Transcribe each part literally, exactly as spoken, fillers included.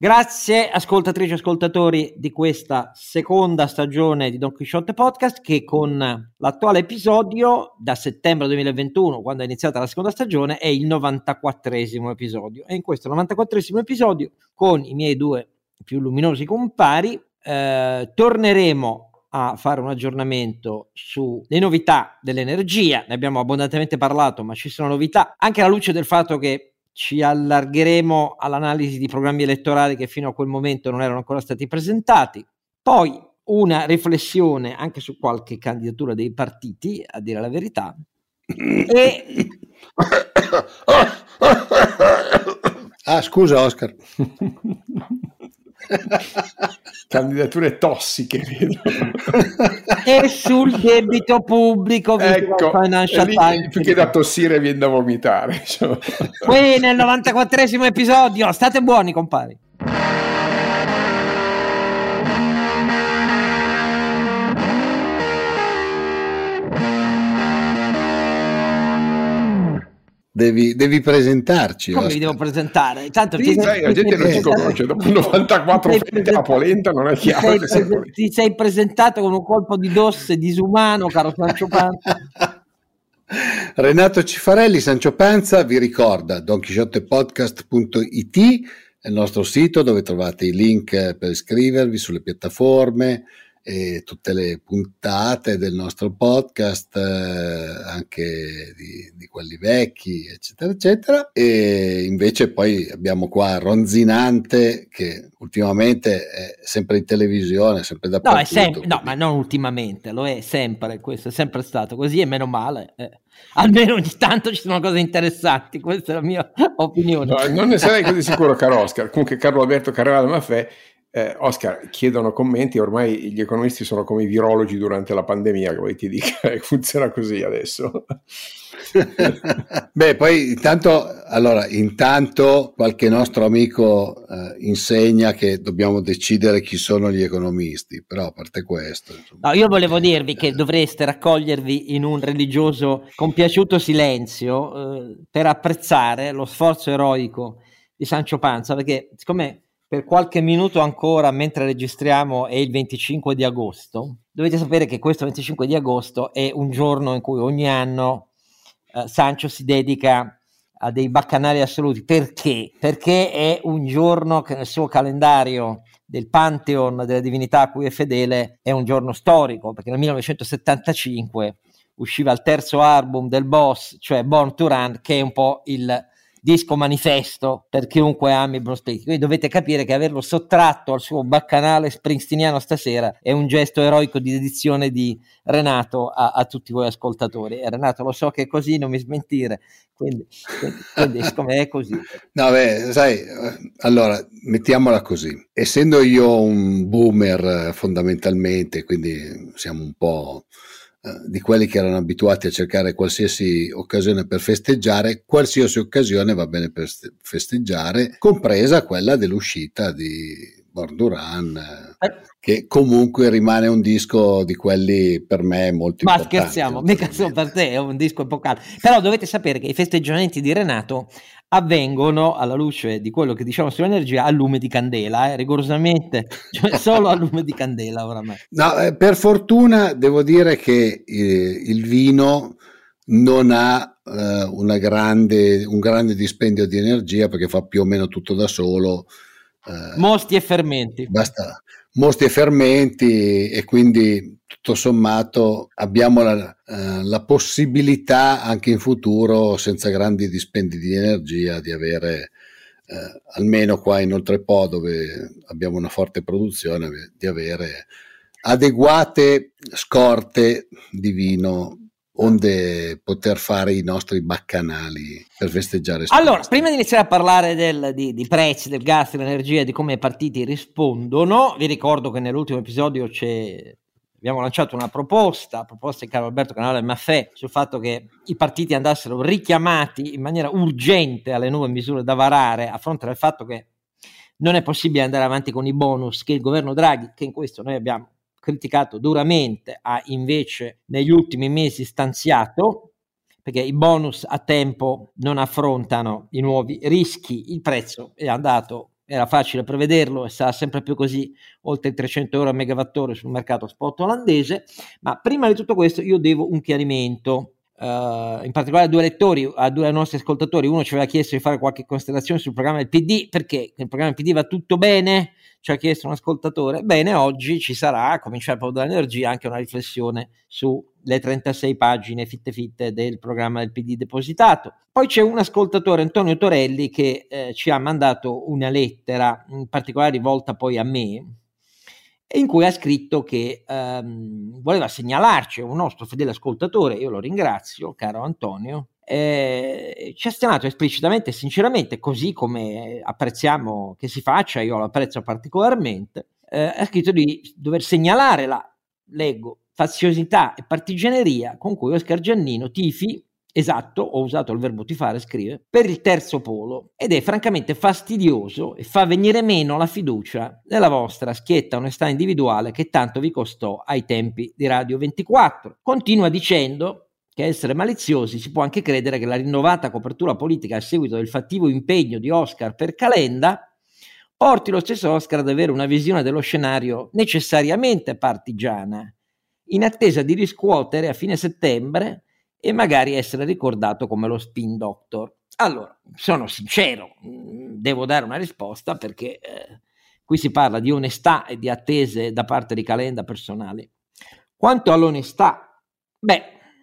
Grazie ascoltatrici e ascoltatori di questa seconda stagione di Don Chisciotte Podcast, che con l'attuale episodio da settembre duemilaventuno, quando è iniziata la seconda stagione, è il novantaquattresimo episodio. E in questo novantaquattresimo episodio, con i miei due più luminosi compari, eh, torneremo a fare un aggiornamento sulle novità dell'energia. Ne abbiamo abbondantemente parlato, ma ci sono novità, anche alla luce del fatto che ci allargheremo all'analisi di programmi elettorali che fino a quel momento non erano ancora stati presentati. Poi una riflessione anche su qualche candidatura dei partiti, a dire la verità. E ah, scusa Oscar. Candidature tossiche, vedo. E sul debito pubblico, ecco, Financial lì, Times, più che da tossire viene da vomitare. Qui nel novantaquattresimo episodio, state buoni compari. Devi, devi presentarci. Come Oscar. vi devo presentare? Tanto sì, ti sai, la gente non ci conosce. Dopo novantaquattro fette a polenta non è chiaro ti che sei, sei prese- ti sei presentato con un colpo di dosse disumano, caro Sancio Panza. Renato Cifarelli, Sancio Panza, vi ricorda don chisciotte podcast punto it è il nostro sito dove trovate i link per iscrivervi sulle piattaforme e tutte le puntate del nostro podcast, eh, anche di, di quelli vecchi, eccetera, eccetera. E invece poi abbiamo qua Ronzinante, che ultimamente è sempre in televisione, sempre dappertutto. No, è sempre, no, quindi... ma non ultimamente, lo è sempre, questo è sempre stato così e meno male. Eh. Almeno ogni tanto ci sono cose interessanti, questa è la mia opinione. No, non ne sarei così sicuro, caro Oscar. Comunque Carlo Alberto Carrara Maffè, eh, Oscar, chiedono commenti, ormai gli economisti sono come i virologi durante la pandemia, che vuoi ti dica, funziona così adesso. Beh, poi intanto, allora, intanto qualche nostro amico eh, insegna che dobbiamo decidere chi sono gli economisti, però a parte questo... Insomma, no, io volevo dirvi eh, che dovreste raccogliervi in un religioso compiaciuto silenzio eh, per apprezzare lo sforzo eroico di Sancio Panza, perché siccome per qualche minuto ancora, mentre registriamo, è il venticinque di agosto, dovete sapere che questo venticinque di agosto è un giorno in cui ogni anno Uh, Sancio si dedica a dei baccanali assoluti. Perché? Perché è un giorno che nel suo calendario del Pantheon delle divinità a cui è fedele è un giorno storico, perché nel millenovecentosettantacinque usciva il terzo album del boss, cioè Born to Run, che è un po' il disco manifesto per chiunque ami Bruce Springsteen. Quindi dovete capire che averlo sottratto al suo baccanale springsteeniano stasera è un gesto eroico di dedizione di Renato a, a tutti voi ascoltatori. E Renato, lo so che è così, non mi smentire, quindi, quindi, quindi siccome è così. No, beh, sai, allora mettiamola così, essendo io un boomer fondamentalmente, quindi siamo un po' di quelli che erano abituati a cercare qualsiasi occasione per festeggiare, qualsiasi occasione va bene per festeggiare, compresa quella dell'uscita di Born to Run, che comunque rimane un disco di quelli per me molto ma importanti. Ma scherziamo, mica solo per te, è un disco epocale. Però dovete sapere che i festeggiamenti di Renato avvengono, alla luce di quello che diciamo sull'energia, a lume di candela, eh, rigorosamente, cioè solo a lume di candela oramai. No, eh, per fortuna devo dire che eh, il vino non ha eh, una grande, un grande dispendio di energia, perché fa più o meno tutto da solo. Eh, mosti e fermenti. Basta mosti e fermenti, e quindi tutto sommato abbiamo la, eh, la possibilità anche in futuro, senza grandi dispendi di energia, di avere eh, almeno qua in Oltrepo, dove abbiamo una forte produzione, di avere adeguate scorte di vino onde poter fare i nostri baccanali per festeggiare. Allora, prima di iniziare a parlare del, di, di prezzi, del gas, dell'energia, di come i partiti rispondono, vi ricordo che nell'ultimo episodio c'è, abbiamo lanciato una proposta, proposta di Carlo Alberto Canale Maffè, sul fatto che i partiti andassero richiamati in maniera urgente alle nuove misure da varare, a fronte del fatto che non è possibile andare avanti con i bonus che il governo Draghi, che in questo noi abbiamo criticato duramente, ha invece negli ultimi mesi stanziato, perché i bonus a tempo non affrontano i nuovi rischi, il prezzo è andato era facile prevederlo e sarà sempre più così, oltre i trecento euro a megawattora sul mercato spot olandese. Ma prima di tutto questo io devo un chiarimento. Uh, in particolare a due lettori, a due nostri ascoltatori. Uno ci aveva chiesto di fare qualche considerazione sul programma del P D, perché nel programma del P D va tutto bene, ci ha chiesto un ascoltatore. Bene, oggi ci sarà, a cominciare proprio dall'energia, anche una riflessione sulle trentasei pagine fitte fitte del programma del P D depositato. Poi c'è un ascoltatore, Antonio Torelli, che eh, ci ha mandato una lettera, in particolare rivolta poi a me, in cui ha scritto che ehm, voleva segnalarci, un nostro fedele ascoltatore, io lo ringrazio, caro Antonio, eh, ci ha segnalato esplicitamente e sinceramente, così come apprezziamo che si faccia, io lo apprezzo particolarmente, eh, ha scritto di dover segnalare la, leggo, faziosità e partigianeria con cui Oscar Giannino tifi, esatto, ho usato il verbo tifare, scrive, per il terzo polo, ed è francamente fastidioso e fa venire meno la fiducia nella vostra schietta onestà individuale che tanto vi costò ai tempi di Radio ventiquattro. Continua dicendo che a essere maliziosi si può anche credere che la rinnovata copertura politica a seguito del fattivo impegno di Oscar per Calenda porti lo stesso Oscar ad avere una visione dello scenario necessariamente partigiana, in attesa di riscuotere a fine settembre e magari essere ricordato come lo spin doctor. Allora, sono sincero, devo dare una risposta perché eh, qui si parla di onestà e di attese da parte di Calenda personali. Quanto all'onestà, beh,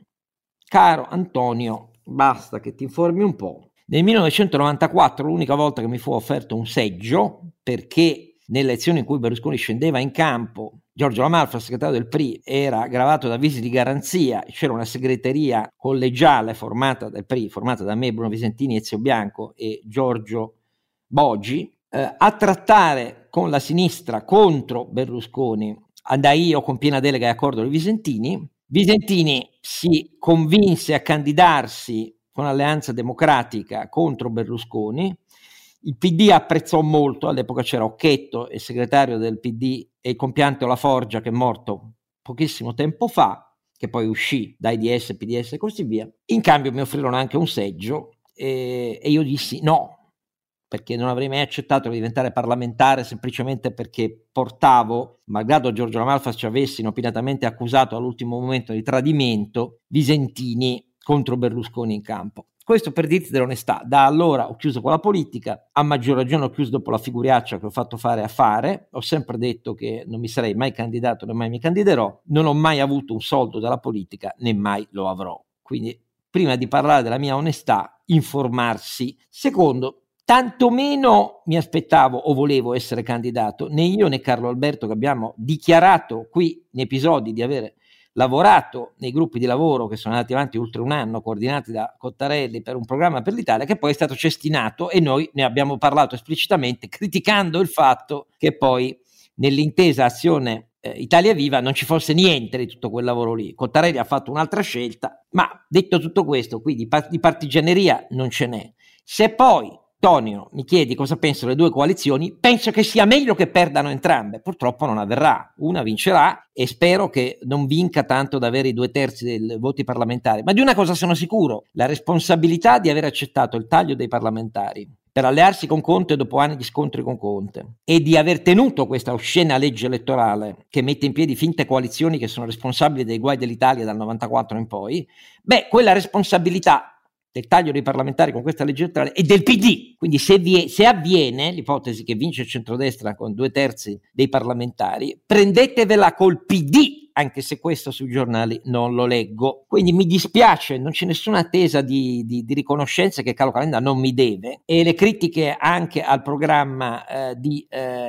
caro Antonio, basta che ti informi un po'. Nel millenovecentonovantaquattro, l'unica volta che mi fu offerto un seggio, perché nelle elezioni in cui Berlusconi scendeva in campo, Giorgio La Malfa, segretario del P R I, era gravato da avvisi di garanzia, c'era una segreteria collegiale formata dal P R I, formata da me, Bruno Visentini, Ezio Bianco e Giorgio Boggi, eh, a trattare con la sinistra contro Berlusconi, andai io con piena delega e accordo di Visentini. Visentini si convinse a candidarsi con Alleanza Democratica contro Berlusconi. Il P D apprezzò molto, all'epoca c'era Occhetto, il segretario del P D, e il compianto La Forgia, che è morto pochissimo tempo fa, che poi uscì da I D S, P D S e così via. In cambio mi offrirono anche un seggio e, e io dissi no, perché non avrei mai accettato di diventare parlamentare semplicemente perché portavo, malgrado Giorgio La Malfa ci avessi inopinatamente accusato all'ultimo momento di tradimento, Visentini contro Berlusconi in campo. Questo per dirti dell'onestà. Da allora ho chiuso con la politica, a maggior ragione ho chiuso dopo la figuriaccia che ho fatto fare a Fare. Ho sempre detto che non mi sarei mai candidato, né mai mi candiderò, non ho mai avuto un soldo dalla politica, né mai lo avrò. Quindi prima di parlare della mia onestà, informarsi. Secondo, tantomeno mi aspettavo o volevo essere candidato, né io né Carlo Alberto, che abbiamo dichiarato qui in episodi di avere lavorato nei gruppi di lavoro che sono andati avanti oltre un anno, coordinati da Cottarelli per un programma per l'Italia, che poi è stato cestinato e noi ne abbiamo parlato esplicitamente, criticando il fatto che poi nell'intesa azione eh, Italia Viva non ci fosse niente di tutto quel lavoro lì. Cottarelli ha fatto un'altra scelta, ma detto tutto questo, qui di, di partigianeria non ce n'è. Se poi Antonio mi chiedi cosa penso delle due coalizioni, penso che sia meglio che perdano entrambe. Purtroppo non avverrà, una vincerà e spero che non vinca tanto da avere i due terzi dei voti parlamentari, ma di una cosa sono sicuro: la responsabilità di aver accettato il taglio dei parlamentari per allearsi con Conte dopo anni di scontri con Conte e di aver tenuto questa oscena legge elettorale che mette in piedi finte coalizioni che sono responsabili dei guai dell'Italia dal novantaquattro in poi, beh, quella responsabilità del taglio dei parlamentari con questa legge elettorale e del P D. Quindi se, vi, se avviene l'ipotesi che vince il centrodestra con due terzi dei parlamentari, prendetevela col P D, anche se questo sui giornali non lo leggo. Quindi mi dispiace, non c'è nessuna attesa di, di, di riconoscenza che Carlo Calenda non mi deve, e le critiche anche al programma eh, di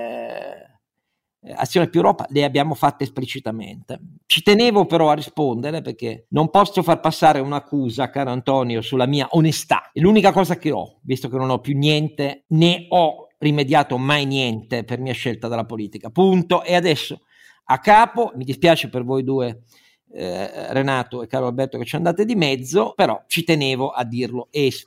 eh, Azione più Europa le abbiamo fatte esplicitamente. Ci tenevo però a rispondere perché non posso far passare un'accusa, caro Antonio, sulla mia onestà. È l'unica cosa che ho, visto che non ho più niente, né ho rimediato mai niente per mia scelta dalla politica. Punto. E adesso a capo, mi dispiace per voi due, eh, Renato e caro Alberto, che ci andate di mezzo, però ci tenevo a dirlo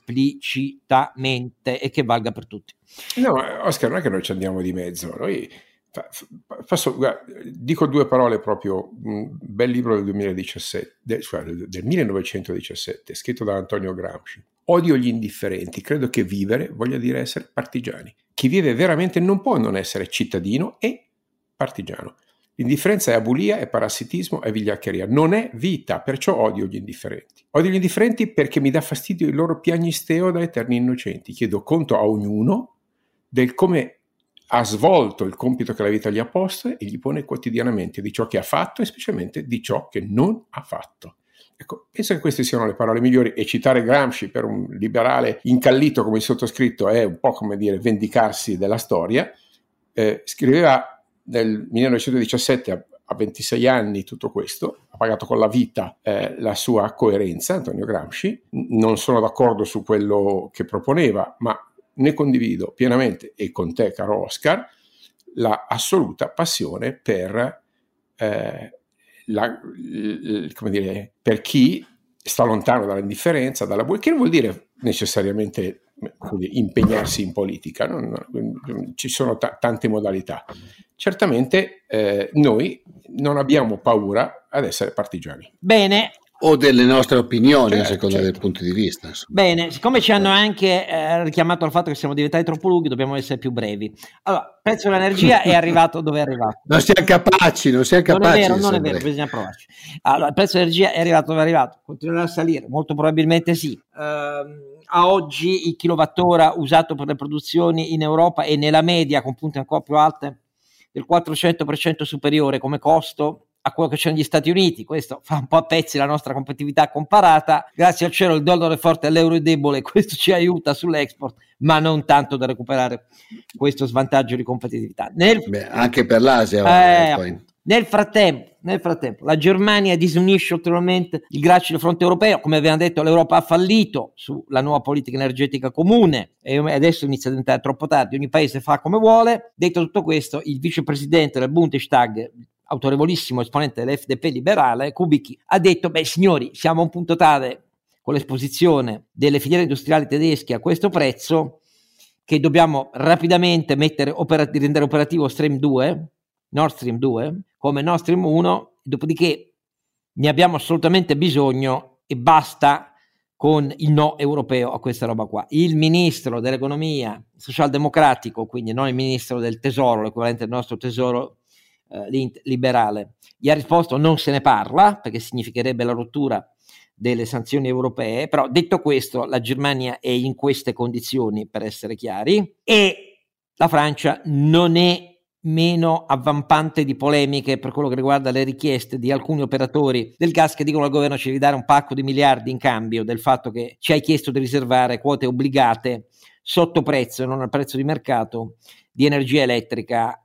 esplicitamente e che valga per tutti. No, Oscar, non è che noi ci andiamo di mezzo, noi Passo, guarda, dico due parole proprio. Un bel libro del duemiladiciassette, del, del millenovecentodiciassette, scritto da Antonio Gramsci, Odio gli indifferenti, credo che vivere voglia dire essere partigiani. Chi vive veramente non può non essere cittadino e partigiano. L'indifferenza è abulia, è parassitismo, è vigliaccheria, non è vita, perciò odio gli indifferenti. Odio gli indifferenti perché mi dà fastidio il loro piagnisteo da eterni innocenti. Chiedo conto a ognuno del come ha svolto il compito che la vita gli ha posto e gli pone quotidianamente di ciò che ha fatto e specialmente di ciò che non ha fatto. Ecco, penso che queste siano le parole migliori, e citare Gramsci per un liberale incallito come il sottoscritto è un po' come dire vendicarsi della storia. Eh, scriveva nel millenovecentodiciassette, a, a ventisei anni, tutto questo, ha pagato con la vita eh, la sua coerenza, Antonio Gramsci. Non sono d'accordo su quello che proponeva, ma ne condivido pienamente, e con te, caro Oscar, la assoluta passione per eh, La, come dire, per chi sta lontano dall'indifferenza, dalla buia, che non vuol dire necessariamente impegnarsi in politica, no? No, ci sono t- tante modalità. Certamente eh, noi non abbiamo paura ad essere partigiani. Bene. O delle nostre opinioni, certo, a seconda certo. del punto di vista. Insomma. Bene, siccome ci hanno anche eh, richiamato al fatto che siamo diventati troppo lunghi, dobbiamo essere più brevi. Allora, il prezzo dell'energia è arrivato dove è arrivato. Non siamo capaci, non siamo capaci. Non è vero, non è vero, bisogna provarci. Allora, il prezzo dell'energia è arrivato dove è arrivato, continuerà a salire, molto probabilmente sì. Uh, a oggi il kilowattora usato per le produzioni in Europa è nella media, con punte ancora più alte, del quattrocento per cento superiore come costo a quello che c'è negli Stati Uniti. Questo fa un po' a pezzi la nostra competitività comparata. Grazie al cielo il dollaro è forte, l'euro è debole, questo ci aiuta sull'export, ma non tanto da recuperare questo svantaggio di competitività. Nel... Beh, anche per l'Asia. Eh, poi. Nel frattempo, nel frattempo, la Germania disunisce ulteriormente il gracile fronte europeo. Come abbiamo detto, l'Europa ha fallito sulla nuova politica energetica comune e adesso inizia a diventare troppo tardi. Ogni paese fa come vuole. Detto tutto questo, il vicepresidente del Bundestag, autorevolissimo esponente dell'F D P liberale, Kubicki, ha detto: beh signori, siamo a un punto tale con l'esposizione delle filiere industriali tedesche a questo prezzo che dobbiamo rapidamente mettere opera- rendere operativo Stream due, Nord Stream due, come Nord Stream uno, dopodiché ne abbiamo assolutamente bisogno e basta con il no europeo a questa roba qua. Il ministro dell'economia socialdemocratico, quindi non il ministro del tesoro, l'equivalente del nostro tesoro eh, liberale, gli ha risposto: non se ne parla, perché significherebbe la rottura delle sanzioni europee. Però detto questo, la Germania è in queste condizioni, per essere chiari, e la Francia non è meno avvampante di polemiche per quello che riguarda le richieste di alcuni operatori del gas che dicono al governo: ci devi dare un pacco di miliardi in cambio del fatto che ci hai chiesto di riservare quote obbligate sotto prezzo e non al prezzo di mercato di energia elettrica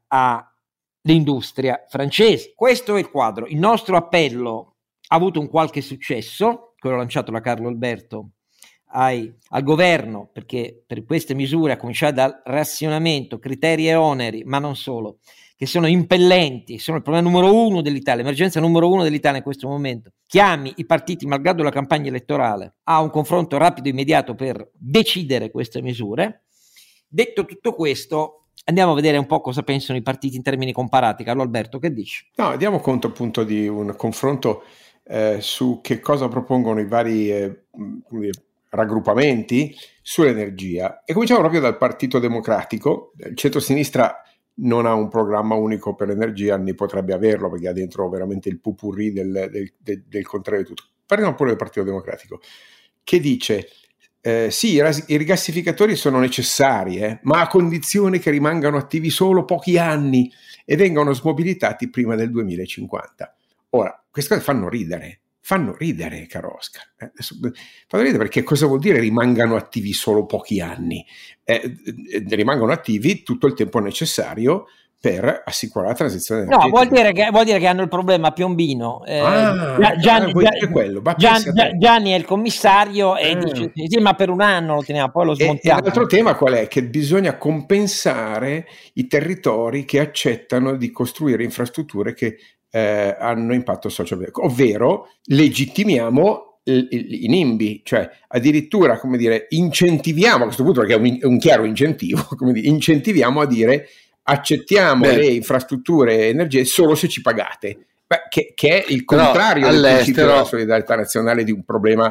all'industria francese. Questo è il quadro. Il nostro appello ha avuto un qualche successo, quello lanciato da Carlo Alberto Ai, al governo, perché per queste misure, a cominciare dal razionamento, criteri e oneri, ma non solo, che sono impellenti, sono il problema numero uno dell'Italia, l'emergenza numero uno dell'Italia in questo momento, chiami i partiti, malgrado la campagna elettorale, a un confronto rapido e immediato per decidere queste misure. Detto tutto questo, andiamo a vedere un po' cosa pensano i partiti in termini comparati. Carlo Alberto, che dici? No, diamo conto appunto di un confronto eh, su che cosa propongono i vari eh, come dire, raggruppamenti sull'energia, e cominciamo proprio dal Partito Democratico. Il centro-sinistra non ha un programma unico per l'energia, né potrebbe averlo, perché ha dentro veramente il pupurri del, del, del, del contrario di tutto. Parliamo pure del Partito Democratico, che dice eh, sì, i, ras- i rigassificatori sono necessari, eh, ma a condizione che rimangano attivi solo pochi anni e vengano smobilitati prima del duemilacinquanta. Ora, queste cose fanno ridere. Fanno ridere, caro Oscar. Eh, adesso, fanno ridere perché cosa vuol dire rimangano attivi solo pochi anni? Eh, eh, rimangono attivi tutto il tempo necessario per assicurare la transizione energetica. No, vuol dire che, vuol dire che hanno il problema Piombino. Eh, ah, Gianni, ah, è quello. Gianni, Gianni è il commissario e ah. dice sì, ma per un anno lo teniamo, poi lo smontiamo. E, e l'altro tema qual è? Che bisogna compensare i territori che accettano di costruire infrastrutture che Eh, hanno impatto social, ovvero legittimiamo i, i, i NIMBY, cioè addirittura, come dire, incentiviamo a questo punto, perché è un, un chiaro incentivo, come dire, incentiviamo a dire accettiamo Beh. le infrastrutture energetiche solo se ci pagate. Beh, che, che è il contrario del principio della solidarietà nazionale, di un problema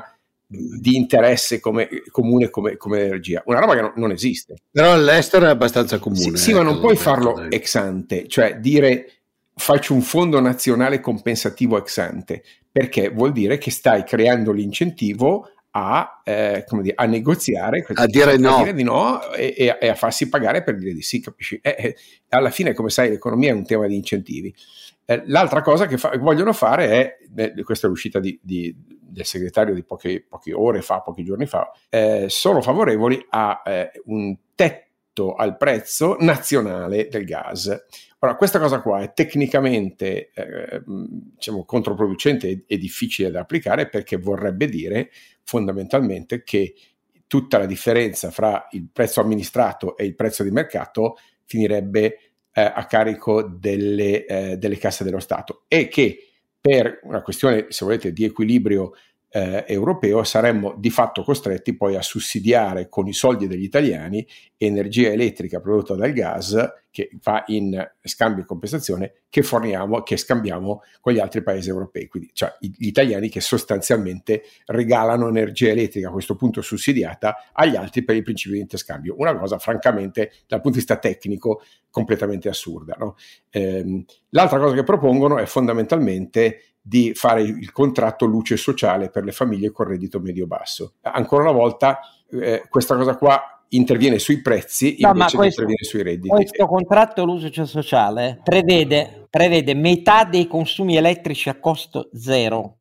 di interesse come, comune come, come energia, una roba che non, non esiste. Però all'estero è abbastanza comune. Sì, sì, ma non puoi farlo ex ante, cioè dire faccio un fondo nazionale compensativo ex ante, perché vuol dire che stai creando l'incentivo a, eh, come dire, a negoziare, a dire no, a dire di no e, e, a, e a farsi pagare per dire di sì, capisci? Eh, eh, alla fine, come sai, l'economia è un tema di incentivi. Eh, l'altra cosa che fa, vogliono fare è, eh, questa è l'uscita di, di, del segretario di poche, poche ore fa, pochi giorni fa, eh, sono favorevoli a eh, un tetto al prezzo nazionale del gas. Ora, questa cosa qua è tecnicamente eh, diciamo, controproducente e, e difficile da applicare, perché vorrebbe dire fondamentalmente che tutta la differenza fra il prezzo amministrato e il prezzo di mercato finirebbe eh, a carico delle, eh, delle casse dello Stato, e che per una questione, se volete, di equilibrio eh, europeo saremmo di fatto costretti poi a sussidiare con i soldi degli italiani energia elettrica prodotta dal gas, che va in scambio e compensazione, che forniamo, che scambiamo con gli altri paesi europei, quindi cioè gli italiani che sostanzialmente regalano energia elettrica, a questo punto sussidiata, agli altri per il principio di interscambio. Una cosa francamente dal punto di vista tecnico completamente assurda, no? Ehm, l'altra cosa che propongono è fondamentalmente di fare il contratto luce sociale per le famiglie con reddito medio-basso. Ancora una volta eh, questa cosa qua interviene sui prezzi no, invece questo, di intervenire sui redditi. Questo contratto luce sociale prevede, prevede metà dei consumi elettrici a costo zero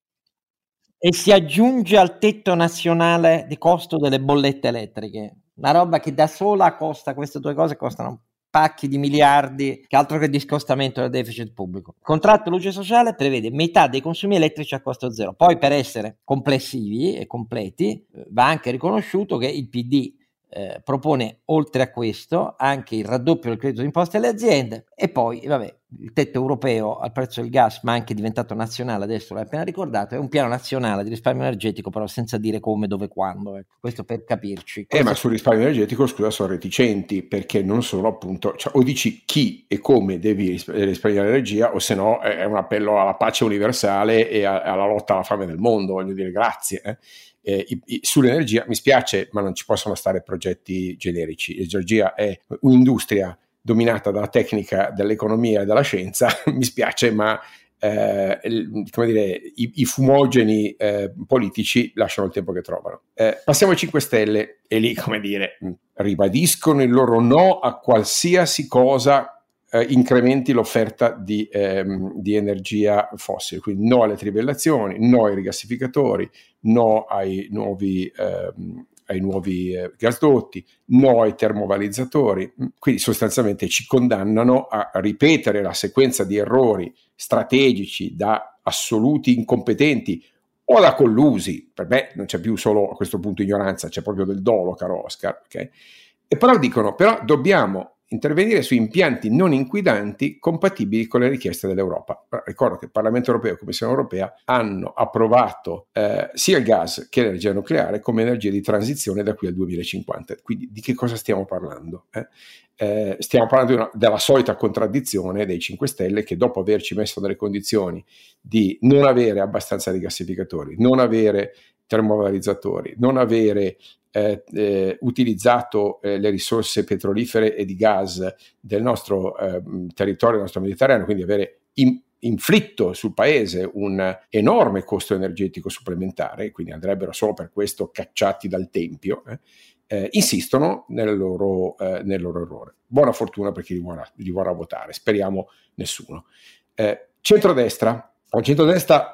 e si aggiunge al tetto nazionale di costo delle bollette elettriche, una roba che da sola costa, queste due cose costano pacchi di miliardi, che altro che discostamento del deficit pubblico. Il contratto luce sociale prevede metà dei consumi elettrici a costo zero. Poi, per essere complessivi e completi, va anche riconosciuto che il P D eh, propone, oltre a questo, anche il raddoppio del credito d'imposta alle aziende, e poi, vabbè, il tetto europeo al prezzo del gas, ma anche diventato nazionale, adesso l'hai appena ricordato, è un piano nazionale di risparmio energetico, però senza dire come, dove, quando, ecco. Questo per capirci. Eh, ma sul risparmio energetico, scusa, sono reticenti, perché non sono appunto, cioè, o dici chi e come devi risparmiare energia, o se no è un appello alla pace universale e a, alla lotta alla fame del mondo, voglio dire, grazie. Eh. Eh, i, i, sull'energia mi spiace, ma non ci possono stare progetti generici. L'energia è un'industria dominata dalla tecnica, dall'economia e dalla scienza. Mi spiace, ma eh, come dire, i, i fumogeni eh, politici lasciano il tempo che trovano. Eh, passiamo ai cinque Stelle, e lì, come dire, ribadiscono il loro no a qualsiasi cosa eh, incrementi l'offerta di, ehm, di energia fossile, quindi no alle trivellazioni, no ai rigassificatori, no ai nuovi ehm, ai nuovi eh, gasdotti, no ai termovalizzatori. Quindi sostanzialmente ci condannano a ripetere la sequenza di errori strategici da assoluti incompetenti o da collusi. Per me non c'è più solo a questo punto ignoranza, c'è proprio del dolo, caro Oscar. Okay? E però dicono, però dobbiamo intervenire su impianti non inquinanti compatibili con le richieste dell'Europa. Ricordo che il Parlamento europeo e la Commissione europea hanno approvato eh, sia il gas che l'energia nucleare come energia di transizione da qui al duemilacinquanta. Quindi di che cosa stiamo parlando? Eh? Eh, stiamo parlando di una, della solita contraddizione dei cinque Stelle, che dopo averci messo nelle condizioni di non avere abbastanza rigassificatori, non avere termovalorizzatori, non avere Eh, eh, utilizzato eh, le risorse petrolifere e di gas del nostro eh, territorio, del nostro Mediterraneo, quindi avere in, inflitto sul paese un enorme costo energetico supplementare, quindi andrebbero solo per questo cacciati dal tempio, eh, eh, insistono nel loro, eh, nel loro errore. Buona fortuna per chi li vorrà, li vorrà votare, speriamo nessuno. Eh, centrodestra, il centrodestra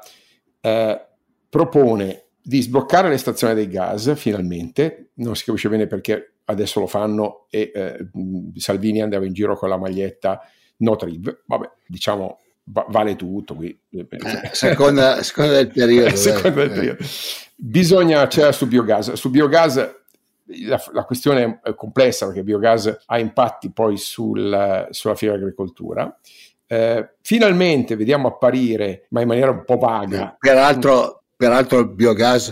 eh, propone di sbloccare le stazioni dei gas, finalmente. Non si capisce bene perché adesso lo fanno e eh, Salvini andava in giro con la maglietta no triv. Vabbè, diciamo, va- vale tutto qui. Eh, seconda, seconda del periodo. seconda del periodo. Bisogna, c'era su biogas. Su biogas la, la questione è complessa, perché il biogas ha impatti poi sul, sulla filiera agricoltura. Eh, finalmente vediamo apparire, ma in maniera un po' vaga. Peraltro... Peraltro il biogas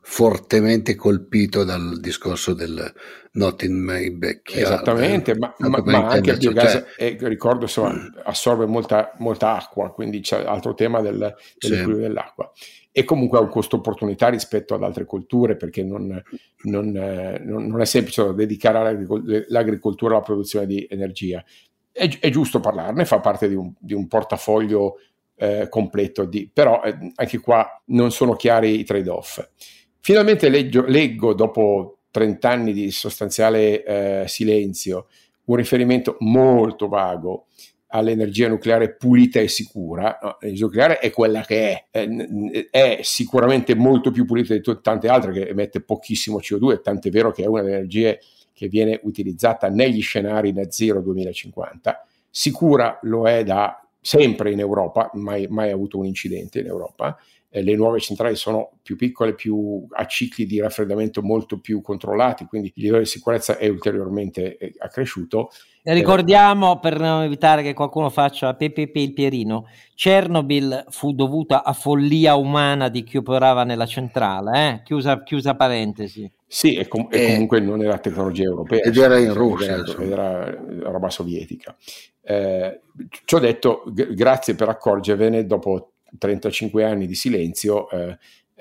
fortemente colpito dal discorso del not in my backyard. Esattamente, ma, ma, ma anche il biogas, cioè, eh, ricordo, insomma, assorbe molta, molta acqua, quindi c'è altro tema del, dell'equilibrio sì. dell'acqua. E comunque ha un costo opportunità rispetto ad altre colture, perché non, non, eh, non è semplice dedicare all'agricoltura, l'agricoltura alla produzione di energia. È, è giusto parlarne, fa parte di un, di un portafoglio eh, completo, di, però eh, anche qua non sono chiari i trade-off. Finalmente leggo, leggo dopo trenta anni di sostanziale eh, silenzio, un riferimento molto vago all'energia nucleare pulita e sicura. No, l'energia nucleare è quella che è, è, è sicuramente molto più pulita di t- tante altre, che emette pochissimo C O due, tant'è vero che è una delle energie che viene utilizzata negli scenari net zero duemilacinquanta. Sicura lo è da sempre in Europa, mai, mai avuto un incidente in Europa. Eh, le nuove centrali sono più piccole, più a cicli di raffreddamento molto più controllati, quindi il livello di sicurezza è ulteriormente eh, accresciuto. Ricordiamo, per non evitare che qualcuno faccia P P P il Pierino, Chernobyl fu dovuta a follia umana di chi operava nella centrale, eh? chiusa, chiusa parentesi. Sì, e, com- e comunque non era tecnologia europea. Ed era in Russia. Ed era, ed era roba sovietica. Eh, ci ho detto, g- grazie per accorgervene dopo trentacinque anni di silenzio. Eh,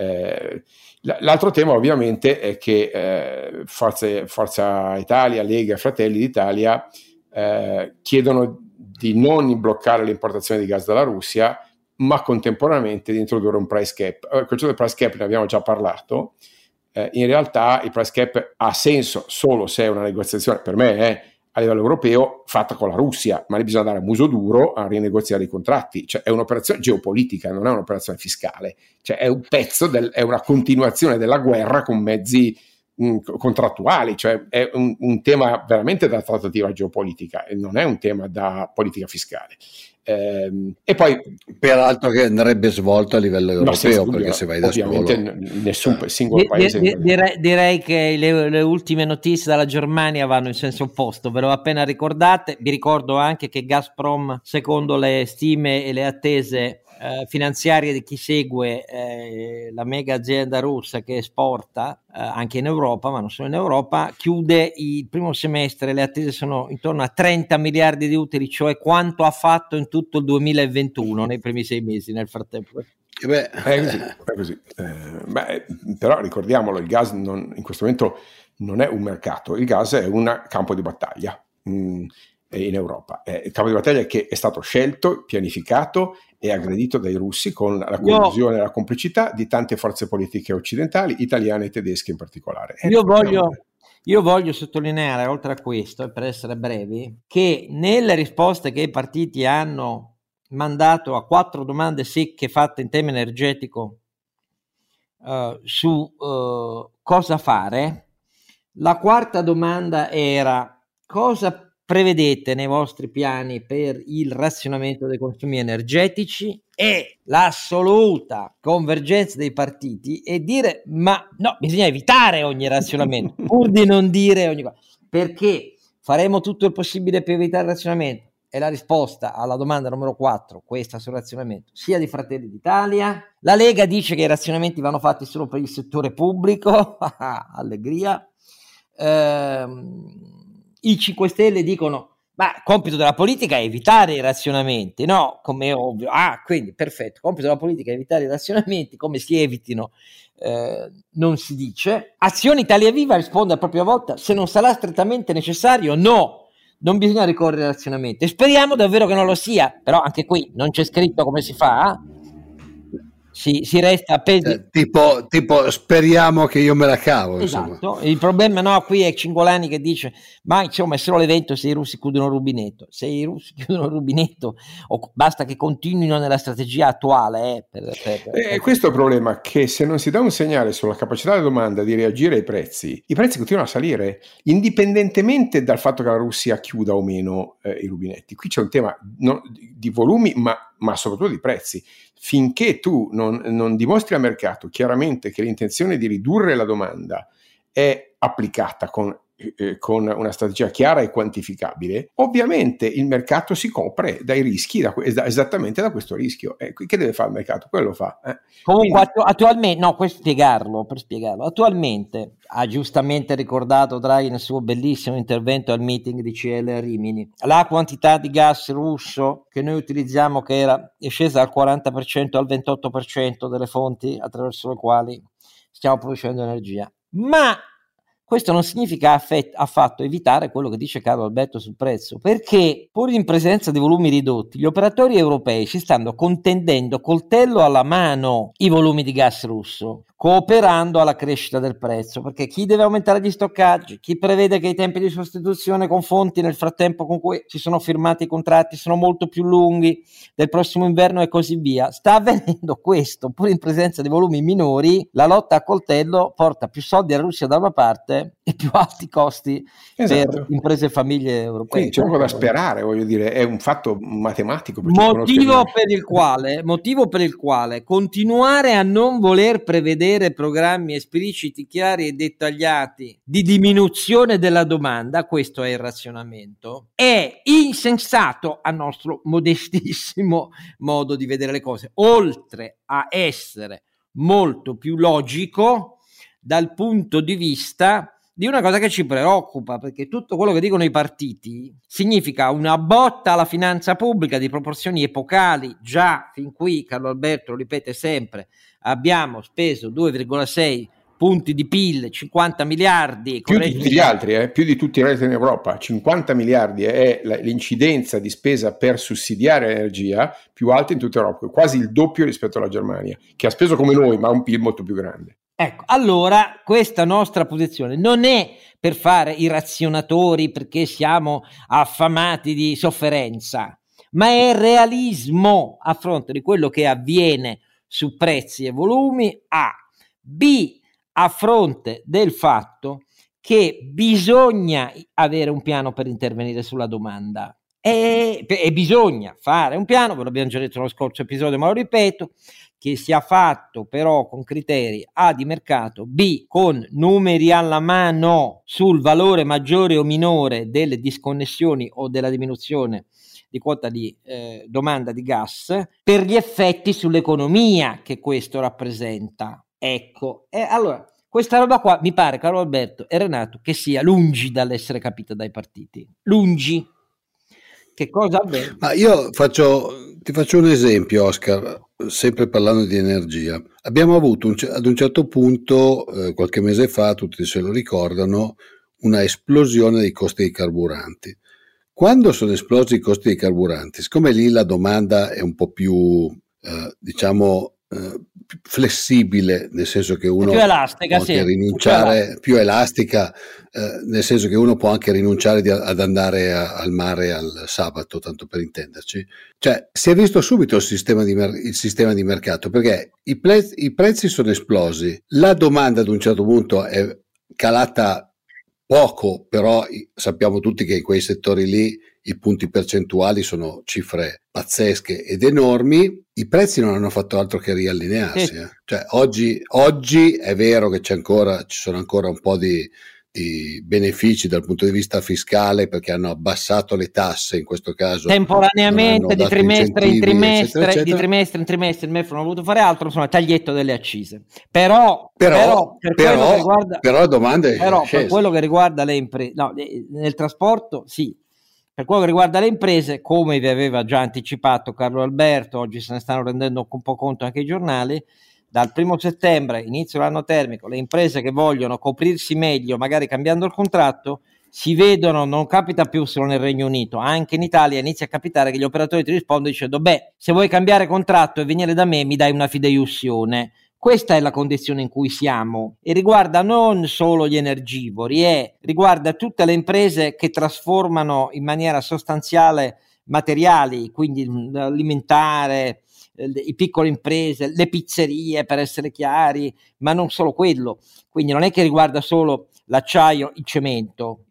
eh, l'altro tema ovviamente è che eh, Forza, Forza Italia, Lega e Fratelli d'Italia eh, chiedono di non bloccare l'importazione di gas dalla Russia, ma contemporaneamente di introdurre un price cap. Il concetto del price cap ne abbiamo già parlato. Eh, in realtà il price cap ha senso solo se è una negoziazione, per me è a livello europeo, fatta con la Russia, ma lì bisogna andare a muso duro a rinegoziare i contratti. Cioè è un'operazione geopolitica, non è un'operazione fiscale, cioè è un pezzo del, è una continuazione della guerra con mezzi mh, contrattuali, cioè è un, un tema veramente da trattativa geopolitica e non è un tema da politica fiscale. Ehm, e poi peraltro che andrebbe svolto a livello europeo, perché se vai da ovviamente solo nessun singolo paese di, di, direi, direi che le, le ultime notizie dalla Germania vanno in senso opposto, ve l'ho appena ricordate. Vi ricordo anche che Gazprom, secondo le stime e le attese eh, finanziarie di chi segue eh, la mega azienda russa che esporta eh, anche in Europa, ma non solo in Europa, chiude il primo semestre, le attese sono intorno a trenta miliardi di utili, cioè quanto ha fatto in tutto il duemilaventuno nei primi sei mesi nel frattempo. E beh. È così, è così. Eh, beh, però ricordiamolo, il gas non, in questo momento non è un mercato, il gas è un campo di battaglia mh, in Europa. È il campo di battaglia che è stato scelto, pianificato e aggredito dai russi con la collusione e la complicità di tante forze politiche occidentali, italiane e tedesche in particolare. Io voglio, io voglio sottolineare, oltre a questo, per essere brevi, che nelle risposte che i partiti hanno mandato a quattro domande secche fatte in tema energetico uh, su uh, cosa fare, la quarta domanda era: cosa prevedete nei vostri piani per il razionamento dei consumi energetici? E l'assoluta convergenza dei partiti è dire ma no, bisogna evitare ogni razionamento pur di non dire ogni cosa, perché faremo tutto il possibile per evitare il razionamento. E la risposta alla domanda numero quattro, questa sul razionamento, sia di Fratelli d'Italia. La Lega dice che i razionamenti vanno fatti solo per il settore pubblico, allegria. Ehm, i cinque Stelle dicono ma compito della politica è evitare i razionamenti, no? Come è ovvio. Ah, quindi perfetto, compito della politica è evitare i razionamenti, come si evitino eh, non si dice. Azione Italia Viva risponde a propria volta: se non sarà strettamente necessario, no, non bisogna ricorrere al razionamento, e speriamo davvero che non lo sia, però anche qui non c'è scritto come si fa. Si, si resta appesi eh, tipo, tipo speriamo che io me la cavo, esatto. Insomma. Il problema no qui è Cingolani che dice ma insomma è solo l'evento se i russi chiudono il rubinetto. Se i russi chiudono il rubinetto o basta che continuino nella strategia attuale eh, per, per, per, e questo è il problema, che se non si dà un segnale sulla capacità della domanda di reagire ai prezzi, i prezzi continuano a salire indipendentemente dal fatto che la Russia chiuda o meno eh, i rubinetti. Qui c'è un tema no, di volumi ma, ma soprattutto di prezzi. Finché tu non, non dimostri al mercato chiaramente che l'intenzione di ridurre la domanda è applicata con eh, con una strategia chiara e quantificabile, ovviamente il mercato si copre dai rischi, da, da, esattamente da questo rischio. Eh, che deve fare il mercato? Quello lo fa. Eh. Comunque Quindi... attu- attualmente, no, per spiegarlo, per spiegarlo, attualmente ha giustamente ricordato Draghi nel suo bellissimo intervento al meeting di C L Rimini, la quantità di gas russo che noi utilizziamo, che era è scesa dal quaranta per cento al ventotto per cento delle fonti attraverso le quali stiamo producendo energia, ma questo non significa affet- affatto evitare quello che dice Carlo Alberto sul prezzo, perché pur in presenza di volumi ridotti gli operatori europei si stanno contendendo coltello alla mano i volumi di gas russo, cooperando alla crescita del prezzo, perché chi deve aumentare gli stoccaggi, chi prevede che i tempi di sostituzione con fonti nel frattempo con cui si sono firmati i contratti sono molto più lunghi del prossimo inverno e così via, sta avvenendo questo, pur in presenza di volumi minori. La lotta a coltello porta più soldi alla Russia da una parte e più alti costi, esatto, per imprese e famiglie europee. Quindi c'è poco da sperare, voglio dire, è un fatto matematico. Motivo per il quale, motivo per il quale continuare a non voler prevedere programmi espliciti, chiari e dettagliati di diminuzione della domanda, questo è il razionamento, è insensato a nostro modestissimo modo di vedere le cose, oltre a essere molto più logico dal punto di vista di una cosa che ci preoccupa, perché tutto quello che dicono i partiti significa una botta alla finanza pubblica di proporzioni epocali. Già fin qui Carlo Alberto lo ripete sempre, abbiamo speso due virgola sei punti di P I L, cinquanta miliardi, più di tutti gli altri, eh? più di tutti i reati in Europa. Cinquanta miliardi è l'incidenza di spesa per sussidiare l'energia più alta in tutta Europa, quasi il doppio rispetto alla Germania, che ha speso come noi ma ha un P I L molto più grande. Ecco, allora questa nostra posizione non è per fare i razionatori perché siamo affamati di sofferenza, ma è realismo a fronte di quello che avviene su prezzi e volumi. A. B. A fronte del fatto che bisogna avere un piano per intervenire sulla domanda. E, e bisogna fare un piano, ve l'abbiamo già detto nello scorso episodio, ma lo ripeto, che sia fatto però con criteri A di mercato, B con numeri alla mano sul valore maggiore o minore delle disconnessioni o della diminuzione di quota di eh, domanda di gas per gli effetti sull'economia che questo rappresenta. Ecco, e allora questa roba qua mi pare, caro Alberto e Renato, che sia lungi dall'essere capita dai partiti. Lungi. Che cosa avviene? Ma io faccio, ti faccio un esempio, Oscar, sempre parlando di energia. Abbiamo avuto un, ad un certo punto, eh, qualche mese fa, tutti se lo ricordano, una esplosione dei costi dei carburanti. Quando sono esplosi i costi dei carburanti, siccome lì la domanda è un po' più, eh, diciamo, eh, più flessibile, nel senso che uno più elastica, può sì, anche rinunciare, più elastica, più elastica eh, nel senso che uno può anche rinunciare di, ad andare a, al mare al sabato, tanto per intenderci. Cioè, si è visto subito il sistema di, mer- il sistema di mercato, perché i, pre- i prezzi sono esplosi, la domanda ad un certo punto è calata poco, però sappiamo tutti che in quei settori lì i punti percentuali sono cifre pazzesche ed enormi. I prezzi non hanno fatto altro che riallinearsi. Eh. Cioè, oggi, oggi è vero che c'è ancora, ci sono ancora un po' di, di benefici dal punto di vista fiscale, perché hanno abbassato le tasse in questo caso temporaneamente di trimestre in trimestre, eccetera, eccetera. di trimestre in trimestre. Il M E F non ha voluto fare altro, insomma, taglietto delle accise. Però, però, però, per, però, quello che riguarda, però domande però per quello che riguarda le imprese, no, nel trasporto sì. Per quello che riguarda le imprese, come vi aveva già anticipato Carlo Alberto, oggi se ne stanno rendendo un po' conto anche i giornali, dal primo settembre, inizio dell'anno termico, le imprese che vogliono coprirsi meglio, magari cambiando il contratto, si vedono, non capita più solo nel Regno Unito, anche in Italia inizia a capitare che gli operatori ti rispondono dicendo: beh, se vuoi cambiare contratto e venire da me mi dai una fideiussione. Questa è la condizione in cui siamo e riguarda non solo gli energivori, è, riguarda tutte le imprese che trasformano in maniera sostanziale materiali, quindi l'alimentare, i piccole imprese, le pizzerie per essere chiari, ma non solo quello. Quindi non è che riguarda solo l'acciaio, il cemento,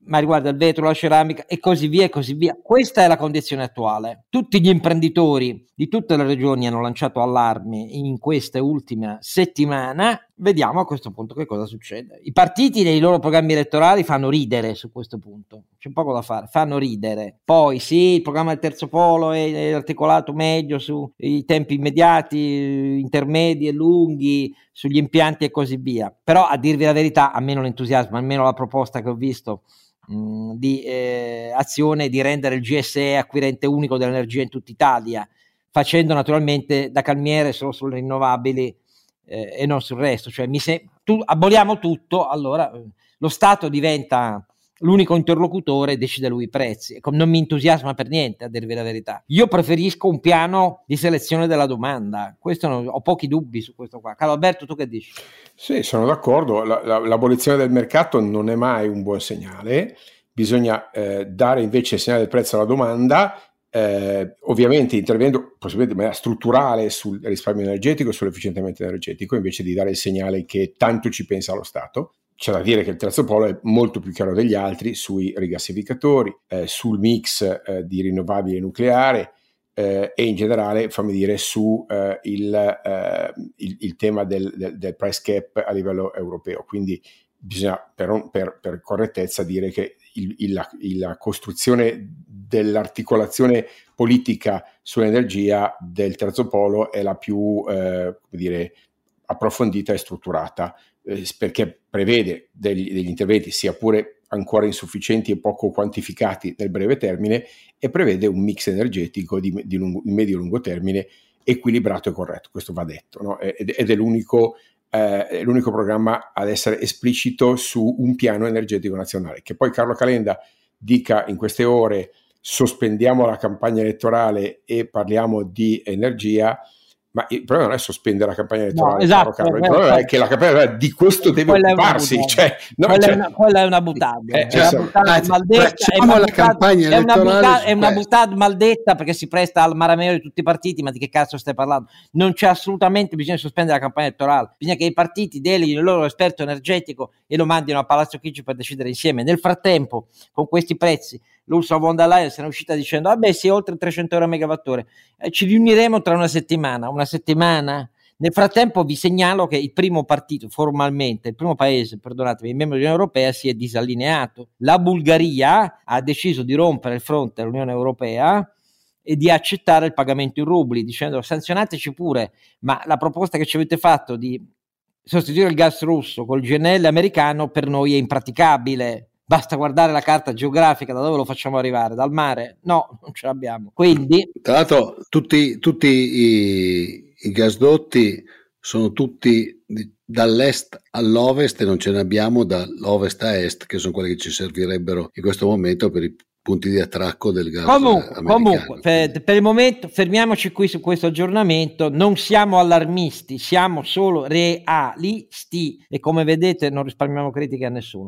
ma riguarda il vetro, la ceramica e così via e così via. Questa è la condizione attuale. Tutti gli imprenditori di tutte le regioni hanno lanciato allarmi in queste ultime settimane. Vediamo a questo punto che cosa succede. I partiti nei loro programmi elettorali fanno ridere su questo punto, c'è poco da fare, fanno ridere. Poi sì, il programma del terzo polo è, è articolato meglio sui tempi immediati, intermedi e lunghi, sugli impianti e così via. Però a dirvi la verità, a me non entusiasma, almeno la proposta che ho visto mh, di eh, azione di rendere il G S E acquirente unico dell'energia in tutta Italia, facendo naturalmente da calmiere solo sulle rinnovabili eh, e non sul resto. Cioè mi se- tu, aboliamo tutto, allora eh, lo Stato diventa l'unico interlocutore e decide lui i prezzi. Non mi entusiasma per niente, a dirvi la verità. Io preferisco un piano di selezione della domanda. Questo non, ho pochi dubbi su questo qua. Carlo Alberto, tu che dici? Sì, sono d'accordo. La, la, l'abolizione del mercato non è mai un buon segnale. Bisogna eh, dare invece il segnale del prezzo alla domanda, eh, ovviamente intervenendo possibilmente in maniera strutturale sul risparmio energetico e sull'efficientamento energetico, invece di dare il segnale che tanto ci pensa lo Stato. C'è da dire che il terzo polo è molto più chiaro degli altri sui rigassificatori, eh, sul mix eh, di rinnovabile nucleare eh, e in generale, fammi dire, su eh, il, eh, il, il tema del, del, del price cap a livello europeo. Quindi bisogna per, per, per correttezza dire che il, il, la, la costruzione dell'articolazione politica sull'energia del terzo polo è la più eh, come dire, approfondita e strutturata, eh, perché prevede degli, degli interventi sia pure ancora insufficienti e poco quantificati nel breve termine, e prevede un mix energetico di, di, lungo, di medio-lungo termine equilibrato e corretto. Questo va detto, no? ed, ed è l'unico, eh, è l'unico programma ad essere esplicito su un piano energetico nazionale. Che poi Carlo Calenda dica in queste ore sospendiamo la campagna elettorale e parliamo di energia, ma il problema non è sospendere la campagna elettorale, no, esatto, caro Carlo. Il problema è che la campagna elettorale di questo deve quella occuparsi. È cioè, no, quella, cioè, è una, quella è una buttata, eh, è una buttata maldetta, è una buttata, è una buttata, è una buttata maldetta perché si presta al marameo di tutti i partiti. Ma di che cazzo stai parlando? Non c'è assolutamente bisogno di sospendere la campagna elettorale, bisogna che i partiti deleghino il loro esperto energetico e lo mandino a Palazzo Chigi per decidere insieme. Nel frattempo, con questi prezzi, l'Ursula von der Leyen se ne è uscita dicendo vabbè ah sì, oltre trecento euro a megawattora, eh, ci riuniremo tra una settimana una settimana. Nel frattempo vi segnalo che il primo partito formalmente, il primo paese, perdonatemi, membro dell'Unione Europea si è disallineato. La Bulgaria ha deciso di rompere il fronte all'Unione Europea e di accettare il pagamento in rubli, dicendo sanzionateci pure, ma la proposta che ci avete fatto di sostituire il gas russo col G N L americano per noi è impraticabile. Basta guardare la carta geografica da dove lo facciamo arrivare, dal mare? No, non ce l'abbiamo. Quindi, tra l'altro, tutti, tutti i, i gasdotti sono tutti di, dall'est all'ovest, e non ce ne abbiamo dall'ovest a est, che sono quelli che ci servirebbero in questo momento per i punti di attracco del gas comunque, americano. Comunque, per, per il momento fermiamoci qui su questo aggiornamento. Non siamo allarmisti, siamo solo realisti e come vedete non risparmiamo critiche a nessuno.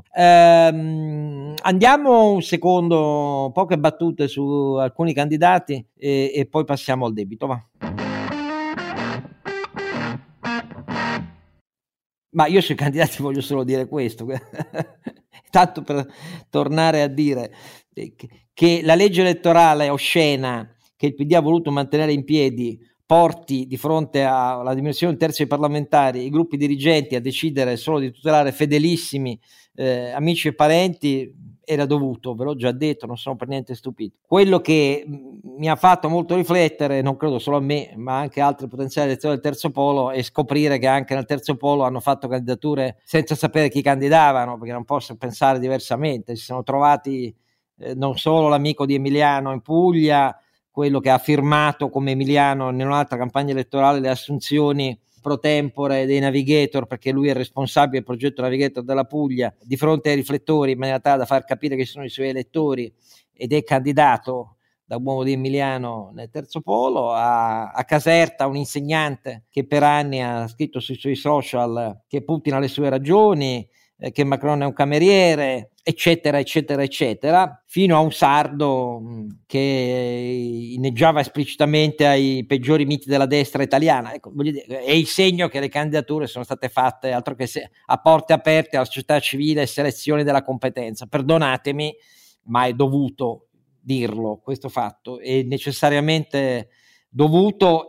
Ehm, andiamo un secondo, poche battute su alcuni candidati e, e poi passiamo al debito, va. Ma io sui candidati voglio solo dire questo, tanto per tornare a dire che la legge elettorale oscena che il P D ha voluto mantenere in piedi porti di fronte alla diminuzione di un terzo dei parlamentari i gruppi dirigenti a decidere solo di tutelare fedelissimi eh, amici e parenti. Era dovuto, ve l'ho già detto, non sono per niente stupito. Quello che mi ha fatto molto riflettere, non credo solo a me, ma anche altri potenziali elettori del terzo polo, è scoprire che anche nel terzo polo hanno fatto candidature senza sapere chi candidavano, perché non posso pensare diversamente. Si sono trovati eh, non solo l'amico di Emiliano in Puglia, quello che ha firmato come Emiliano in un'altra campagna elettorale le assunzioni pro tempore dei navigator, perché lui è responsabile del progetto navigator della Puglia, di fronte ai riflettori, in maniera tale da far capire che sono i suoi elettori, ed è candidato da uomo di Emiliano nel terzo polo. A, a Caserta un insegnante che per anni ha scritto sui suoi social che Putin ha le sue ragioni, eh, che Macron è un cameriere, eccetera, eccetera, eccetera, fino a un sardo mh, che inneggiava esplicitamente ai peggiori miti della destra italiana. Ecco, voglio dire, è il segno che le candidature sono state fatte altro che se, a porte aperte alla società civile e selezione della competenza. Perdonatemi, ma è dovuto dirlo, questo fatto è necessariamente dovuto,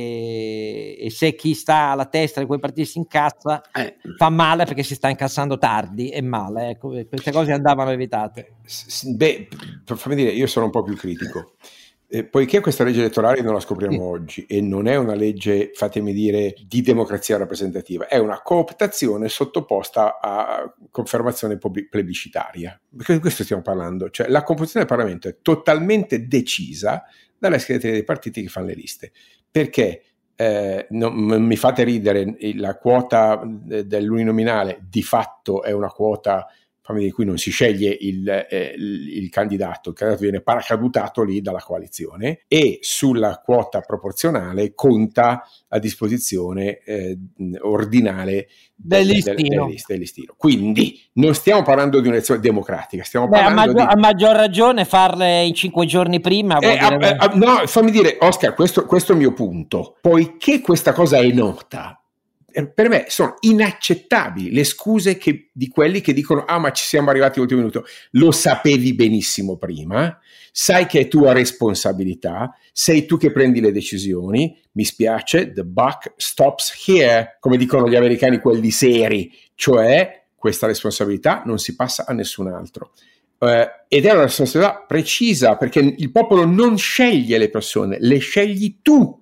e, e se chi sta alla testa di quei partiti si incazza eh. fa male, perché si sta incassando tardi e male, ecco, queste cose andavano evitate. Beh, fammi dire, io sono un po' più critico, eh, poiché questa legge elettorale non la scopriamo sì. oggi e non è una legge, fatemi dire, di democrazia rappresentativa, è una cooptazione sottoposta a confermazione plebiscitaria, perché di questo stiamo parlando, cioè la composizione del Parlamento è totalmente decisa dalle segreterie dei partiti che fanno le liste, perché eh, non, mi fate ridere, la quota dell'uninominale di fatto è una quota di cui non si sceglie il, eh, il, il candidato, il candidato viene paracadutato lì dalla coalizione, e sulla quota proporzionale conta a disposizione eh, ordinale del, del, listino. Del, del, list, del listino. Quindi non stiamo parlando di un'elezione democratica, stiamo Beh, parlando a, maggior, di... a maggior ragione farle in cinque giorni prima eh, vuol dire... a, a, no, fammi dire, Oscar, questo, questo è il mio punto, poiché questa cosa è nota, per me sono inaccettabili le scuse che, di quelli che dicono ah ma ci siamo arrivati all'ultimo minuto. Lo sapevi benissimo prima, sai che è tua responsabilità, sei tu che prendi le decisioni, mi spiace, the buck stops here, come dicono gli americani, quelli seri, cioè questa responsabilità non si passa a nessun altro. Uh, ed è una responsabilità precisa, perché il popolo non sceglie le persone, le scegli tu,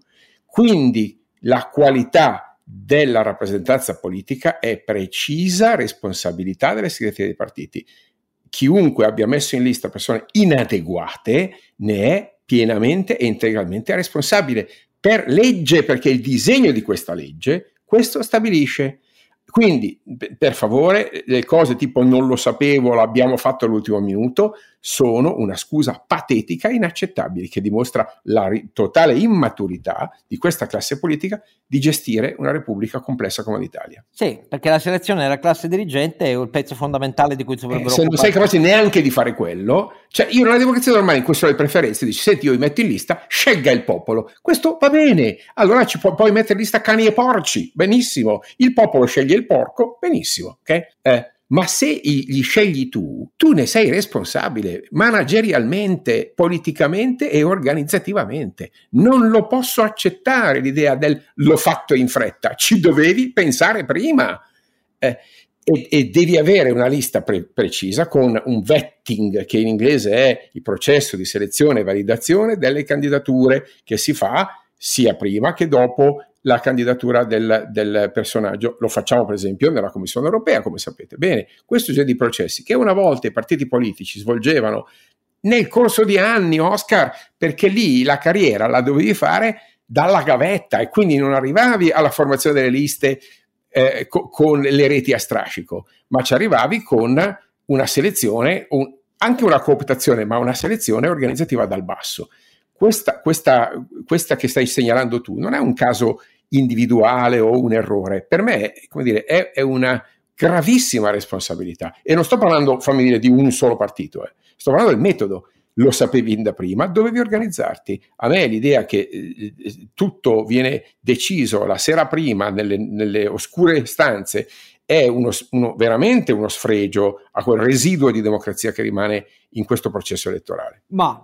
quindi la qualità della rappresentanza politica è precisa responsabilità delle segreterie dei partiti. Chiunque abbia messo in lista persone inadeguate ne è pienamente e integralmente responsabile per legge, perché il disegno di questa legge questo stabilisce. Quindi, per favore, le cose tipo non lo sapevo, l'abbiamo fatto all'ultimo minuto, sono una scusa patetica e inaccettabile, che dimostra la ri- totale immaturità di questa classe politica di gestire una repubblica complessa come l'Italia. Sì, perché la selezione della classe dirigente è il pezzo fondamentale di cui si dovrebbero eh, se occupare. Non sei capace neanche di fare quello, cioè io nella democrazia normale in cui sono le preferenze dici senti io mi metto in lista, scelga il popolo, questo va bene, allora ci pu- puoi mettere in lista cani e porci, benissimo, il popolo sceglie il porco, benissimo, ok? Eh, ma se gli scegli tu, tu ne sei responsabile managerialmente, politicamente e organizzativamente. Non lo posso accettare l'idea del l'ho fatto in fretta, ci dovevi pensare prima. Eh, e, e devi avere una lista pre- precisa con un vetting, che in inglese è il processo di selezione e validazione delle candidature che si fa sia prima che dopo la candidatura del, del personaggio. Lo facciamo per esempio nella Commissione Europea, come sapete bene. Questo genere di processi che una volta i partiti politici svolgevano nel corso di anni, Oscar, perché lì la carriera la dovevi fare dalla gavetta e quindi non arrivavi alla formazione delle liste eh, co- con le reti a strascico, ma ci arrivavi con una selezione, un, anche una cooptazione, ma una selezione organizzativa dal basso. Questa, questa, questa che stai segnalando tu non è un caso individuale o un errore, per me come dire, è, è una gravissima responsabilità, e non sto parlando, fammi dire, di un solo partito, eh. Sto parlando del metodo. Lo sapevi da prima, dovevi organizzarti. A me l'idea che eh, tutto viene deciso la sera prima nelle, nelle oscure stanze è uno, uno, veramente uno sfregio a quel residuo di democrazia che rimane in questo processo elettorale. Ma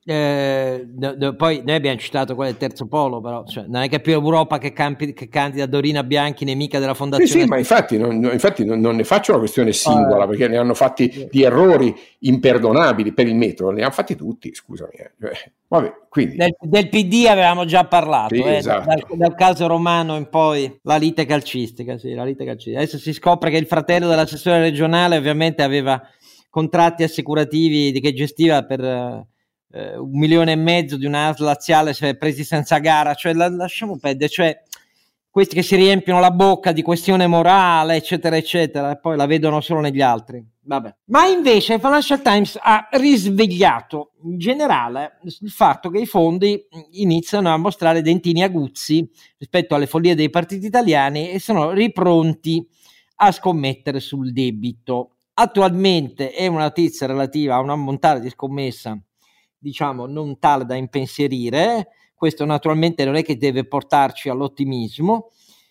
Eh, d- d- poi noi abbiamo citato quello del terzo polo, però cioè, non è che più Europa che, campi, che candida Dorina Bianchi, nemica della fondazione. Sì, sì, ma infatti, non, infatti non, non ne faccio una questione singola, eh, perché ne hanno fatti di errori imperdonabili per il metodo, ne hanno fatti tutti, scusami. Eh. Vabbè, quindi. Del, del P D avevamo già parlato, sì, eh, esatto. dal, dal caso Romano in poi la lite calcistica, sì, la lite calcistica. Adesso si scopre che il fratello dell'assessore regionale ovviamente aveva contratti assicurativi di che gestiva per Uh, un milione e mezzo di una A S laziale presi senza gara, cioè la, lasciamo perdere, cioè questi che si riempiono la bocca di questione morale eccetera eccetera e poi la vedono solo negli altri. Vabbè. Ma invece il Financial Times ha risvegliato in generale il fatto che i fondi iniziano a mostrare dentini aguzzi rispetto alle follie dei partiti italiani e sono ripronti a scommettere sul debito. Attualmente è una notizia relativa a un ammontare di scommessa, diciamo, non tale da impensierire. Questo naturalmente non è che deve portarci all'ottimismo,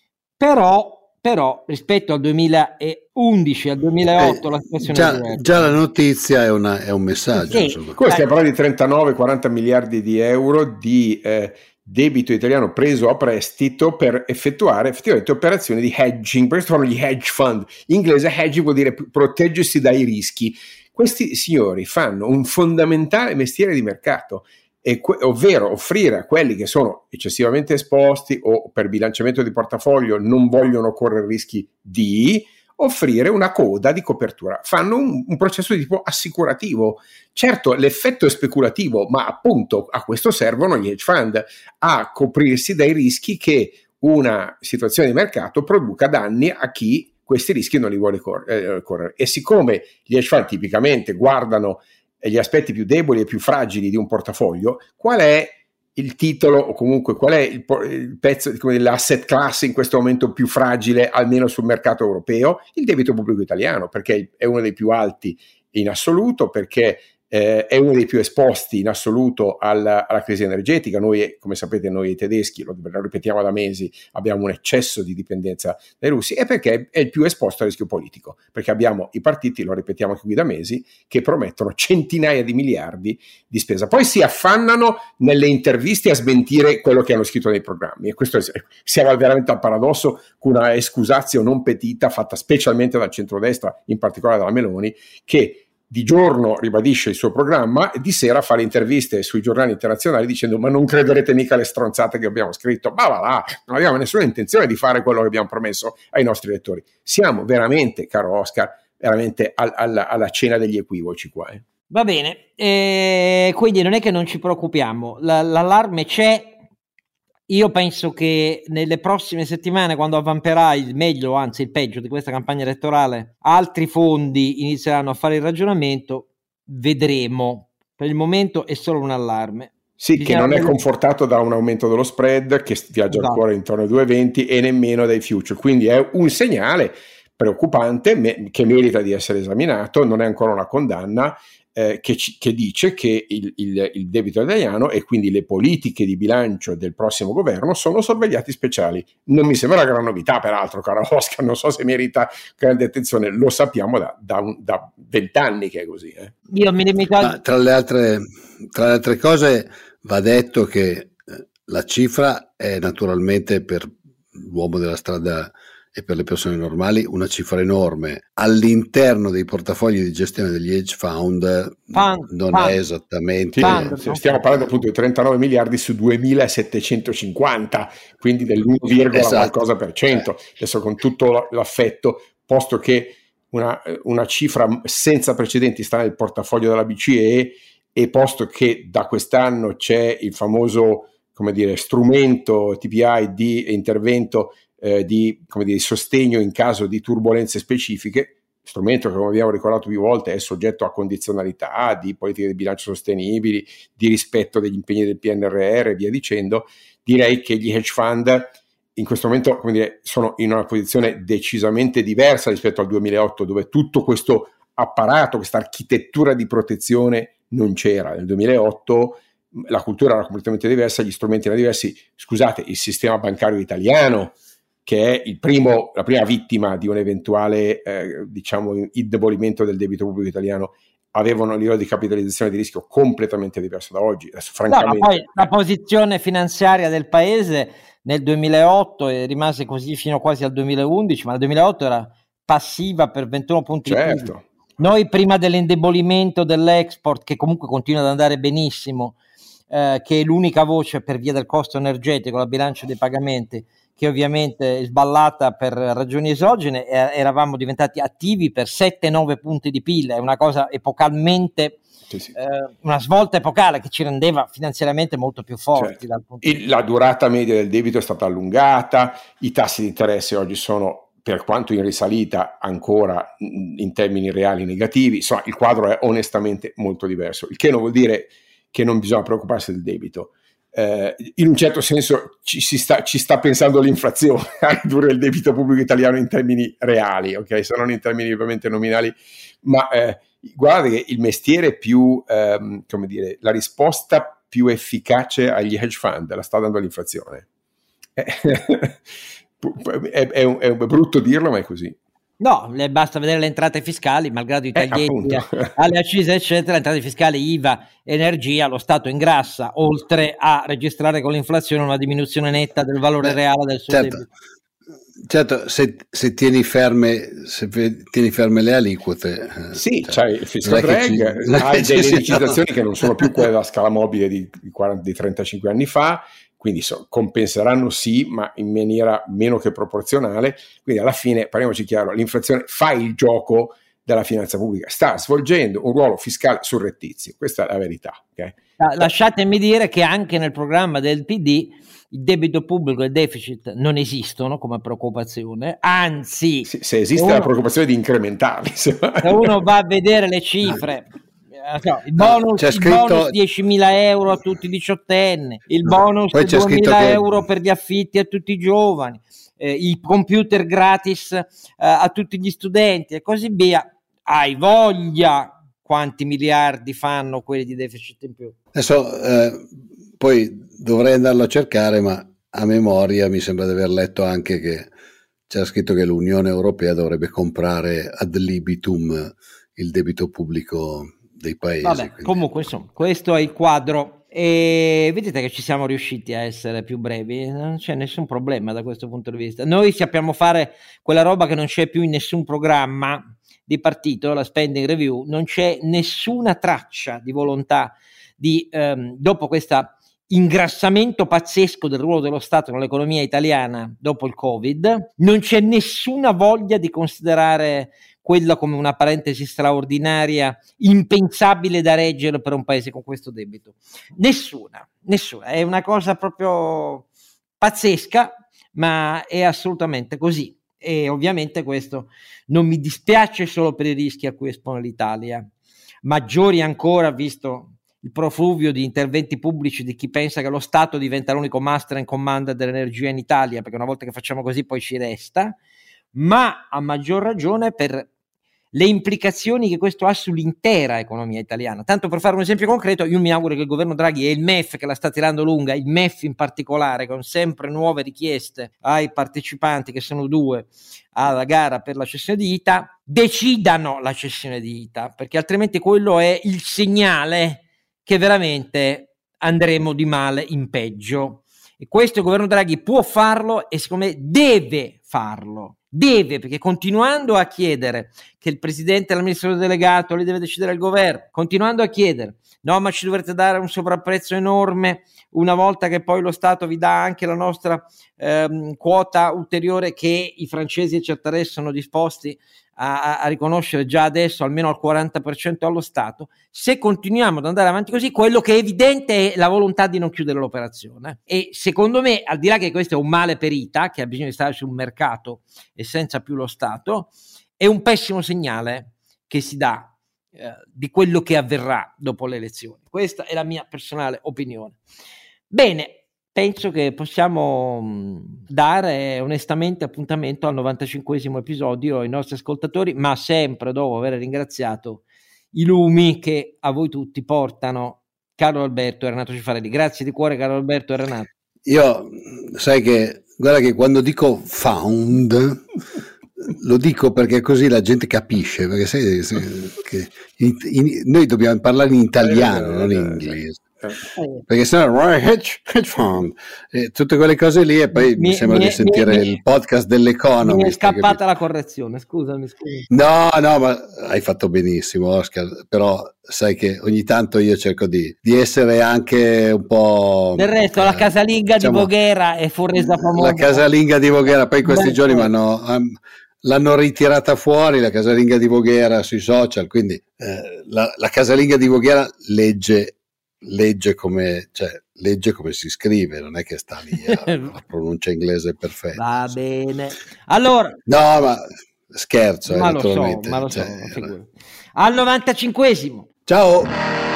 però però rispetto al duemilaundici al duemilaotto eh, la situazione già, è diversa. Già la notizia è, una, è un messaggio. Sì. Qua stiamo parlando di trentanove quaranta miliardi di euro di eh, debito italiano preso a prestito per effettuare effettivamente operazioni di hedging. Per questo fanno gli hedge fund. In inglese hedging vuol dire proteggersi dai rischi. Questi signori fanno un fondamentale mestiere di mercato, E que- ovvero offrire a quelli che sono eccessivamente esposti o per bilanciamento di portafoglio non vogliono correre rischi di offrire una coda di copertura. Fanno un, un processo di tipo assicurativo. Certo, l'effetto è speculativo, ma appunto a questo servono gli hedge fund, a coprirsi dai rischi che una situazione di mercato produca danni a chi questi rischi non li vuole cor- eh, correre. E siccome gli hedge fund tipicamente guardano gli aspetti più deboli e più fragili di un portafoglio, qual è il titolo o comunque qual è il, il pezzo, come l'asset class in questo momento più fragile, almeno sul mercato europeo? Il debito pubblico italiano, perché è uno dei più alti in assoluto, perché eh, è uno dei più esposti in assoluto alla, alla crisi energetica. Noi, come sapete, noi tedeschi, lo, lo ripetiamo da mesi, abbiamo un eccesso di dipendenza dai russi, e perché è il più esposto al rischio politico, perché abbiamo i partiti, lo ripetiamo anche qui da mesi, che promettono centinaia di miliardi di spesa. Poi si affannano nelle interviste a smentire quello che hanno scritto nei programmi, e questo è, siamo veramente al paradosso, con una excusatio non petita fatta specialmente dal centrodestra, in particolare dalla Meloni, che di giorno ribadisce il suo programma e di sera fa le interviste sui giornali internazionali dicendo: ma non crederete mica alle stronzate che abbiamo scritto, ma va là, non abbiamo nessuna intenzione di fare quello che abbiamo promesso ai nostri lettori. Siamo veramente, caro Oscar, veramente al, al, alla cena degli equivoci qua. Eh. Va bene, eh, quindi non è che non ci preoccupiamo, La, l'allarme c'è. Io penso che nelle prossime settimane, quando avvamperà il meglio, anzi il peggio di questa campagna elettorale, altri fondi inizieranno a fare il ragionamento, vedremo. Per il momento è solo un allarme. Sì, Bisogna che non vedere... è confortato da un aumento dello spread, che viaggia esatto. ancora intorno ai due virgola venti, e nemmeno dai future. Quindi è un segnale preoccupante, me, che merita di essere esaminato, non è ancora una condanna, eh, che, ci, che dice che il, il, il debito italiano e quindi le politiche di bilancio del prossimo governo sono sorvegliati speciali. Non mi sembra una gran novità, peraltro, caro Oscar, non so se merita grande attenzione, lo sappiamo da, da vent'anni che è così. Eh. Io mi limito a... tra, le altre, tra le altre cose va detto che la cifra è naturalmente per l'uomo della strada e per le persone normali una cifra enorme. All'interno dei portafogli di gestione degli hedge fund fund, non fund. è esattamente fund, sì, stiamo parlando appunto di trentanove miliardi su duemilasettecentocinquanta, quindi dell'uno virgola esatto. qualcosa per cento. Eh. Adesso, con tutto l'affetto, posto che una, una cifra senza precedenti sta nel portafoglio della B C E, e posto che da quest'anno c'è il famoso, come dire, strumento T P I di intervento Eh, di, come dire, sostegno in caso di turbolenze specifiche, strumento che, come abbiamo ricordato più volte, è soggetto a condizionalità di politiche di bilancio sostenibili, di rispetto degli impegni del P N R R e via dicendo. Direi che gli hedge fund in questo momento, come dire, sono in una posizione decisamente diversa rispetto al duemilaotto, dove tutto questo apparato, questa architettura di protezione non c'era. Nel duemilaotto la cultura era completamente diversa, gli strumenti erano diversi. Scusate, il sistema bancario italiano, che è il primo, la prima vittima di un eventuale eh, diciamo indebolimento del debito pubblico italiano, avevano un livello di capitalizzazione di rischio completamente diverso da oggi. Adesso, francamente, no, ma poi la posizione finanziaria del paese nel duemilaotto e rimase così fino quasi al duemilaundici, ma nel duemilaotto era passiva per ventuno punti certo. di P I L. Noi, prima dell'indebolimento dell'export, che comunque continua ad andare benissimo, eh, che è l'unica voce per via del costo energetico, la bilancia dei pagamenti, che ovviamente è sballata per ragioni esogene, e eravamo diventati attivi per sette nove punti di P I L. È una cosa epocalmente, sì, sì. Eh, una svolta epocale che ci rendeva finanziariamente molto più forti. Certo. Dal punto Il, la durata media del debito è stata allungata, i tassi di interesse oggi sono, per quanto in risalita, ancora in termini reali negativi. Insomma, il quadro è onestamente molto diverso, il che non vuol dire che non bisogna preoccuparsi del debito. eh, in un certo senso ci, si sta, ci sta pensando l'inflazione a ridurre il debito pubblico italiano in termini reali, ok, se non in termini ovviamente nominali, ma eh, guarda che il mestiere più, ehm, come dire, la risposta più efficace agli hedge fund la sta dando l'inflazione. È, è, è, è brutto dirlo, ma è così. No, le basta vedere le entrate fiscali, malgrado i taglietti eh, alle accise eccetera, le entrate fiscali I V A, energia, lo Stato ingrassa, oltre a registrare con l'inflazione una diminuzione netta del valore Beh, reale del suo certo, debito. Certo, se, se tieni ferme se tieni ferme le aliquote, eh, sì, cioè, c'hai il fiscal drag, ci, hai delle licitazioni no. che non sono più quelle della scala mobile di, quaranta, di trentacinque anni fa, quindi so, compenseranno sì, ma in maniera meno che proporzionale. Quindi alla fine, parliamoci chiaro, l'inflazione fa il gioco della finanza pubblica, sta svolgendo un ruolo fiscale surrettizio, questa è la verità. Okay? Lasciatemi dire che anche nel programma del P D il debito pubblico e il deficit non esistono come preoccupazione, anzi se, se esiste uno, la preoccupazione di incrementarli, se uno va a vedere le cifre, no, il bonus, il scritto... bonus diecimila euro a tutti i diciottenni, il bonus duemila che... euro per gli affitti a tutti i giovani, eh, i computer gratis eh, a tutti gli studenti e così via, hai voglia quanti miliardi fanno quelli di deficit in più. Adesso eh, poi dovrei andarlo a cercare, ma a memoria mi sembra di aver letto anche che c'era scritto che l'Unione Europea dovrebbe comprare ad libitum il debito pubblico dei paesi. Vabbè, quindi... comunque insomma, questo è il quadro e vedete che ci siamo riusciti a essere più brevi, non c'è nessun problema da questo punto di vista. Noi sappiamo fare quella roba che non c'è più in nessun programma di partito, la spending review, non c'è nessuna traccia di volontà di ehm, dopo questo ingrassamento pazzesco del ruolo dello Stato nell'economia italiana dopo il Covid, non c'è nessuna voglia di considerare quella come una parentesi straordinaria, impensabile da reggere per un paese con questo debito. Nessuna, nessuna, è una cosa proprio pazzesca, ma è assolutamente così. E ovviamente questo non mi dispiace solo per i rischi a cui espone l'Italia, maggiori ancora visto il profluvio di interventi pubblici di chi pensa che lo Stato diventa l'unico master and commander dell'energia in Italia, perché una volta che facciamo così poi ci resta, ma a maggior ragione per le implicazioni che questo ha sull'intera economia italiana. Tanto per fare un esempio concreto, io mi auguro che il governo Draghi e il M E F che la sta tirando lunga, il M E F in particolare, con sempre nuove richieste ai partecipanti, che sono due, alla gara per la cessione di I T A, decidano la cessione di I T A, perché altrimenti quello è il segnale che veramente andremo di male in peggio. E questo il governo Draghi può farlo e secondo me deve farlo. Deve, perché continuando a chiedere che il presidente e l'amministratore delegato li deve decidere il governo, continuando a chiedere no ma ci dovrete dare un sovrapprezzo enorme una volta che poi lo Stato vi dà anche la nostra ehm, quota ulteriore che i francesi e Certarès sono disposti a, a riconoscere già adesso almeno al quaranta per cento allo Stato. Se continuiamo ad andare avanti così, quello che è evidente è la volontà di non chiudere l'operazione, e secondo me, al di là che questo è un male per I T A che ha bisogno di stare sul mercato e senza più lo Stato, è un pessimo segnale che si dà eh, di quello che avverrà dopo le elezioni. Questa è la mia personale opinione. Bene, penso che possiamo dare onestamente appuntamento al novantacinquesimo episodio ai nostri ascoltatori, ma sempre dopo aver ringraziato i lumi che a voi tutti portano Carlo Alberto e Renato Cifarelli. Grazie di cuore Carlo Alberto e Renato. Io sai che guarda che quando dico found lo dico perché così la gente capisce, perché sai che in, in, noi dobbiamo parlare in italiano, non in inglese. Perché sennò hedge, hedge fund e tutte quelle cose lì, e poi mi, mi sembra mi, di sentire mi, il podcast dell'Economist. Mi è scappata la correzione, scusami, scusami. No, no, ma hai fatto benissimo, Oscar, però sai che ogni tanto io cerco di, di essere anche un po'... Del resto eh, la casalinga diciamo, di Voghera è fu resa famosa. La casalinga di Voghera, poi in questi Beh, giorni m'hanno... Um, l'hanno ritirata fuori la casalinga di Voghera sui social, quindi eh, la, la casalinga di Voghera legge legge come, cioè, legge come si scrive, non è che sta lì a, la pronuncia inglese perfetta. Va bene. Allora, no, ma scherzo, ma eh, lo so, ma lo so, cioè, al novantacinquesimo. Ciao.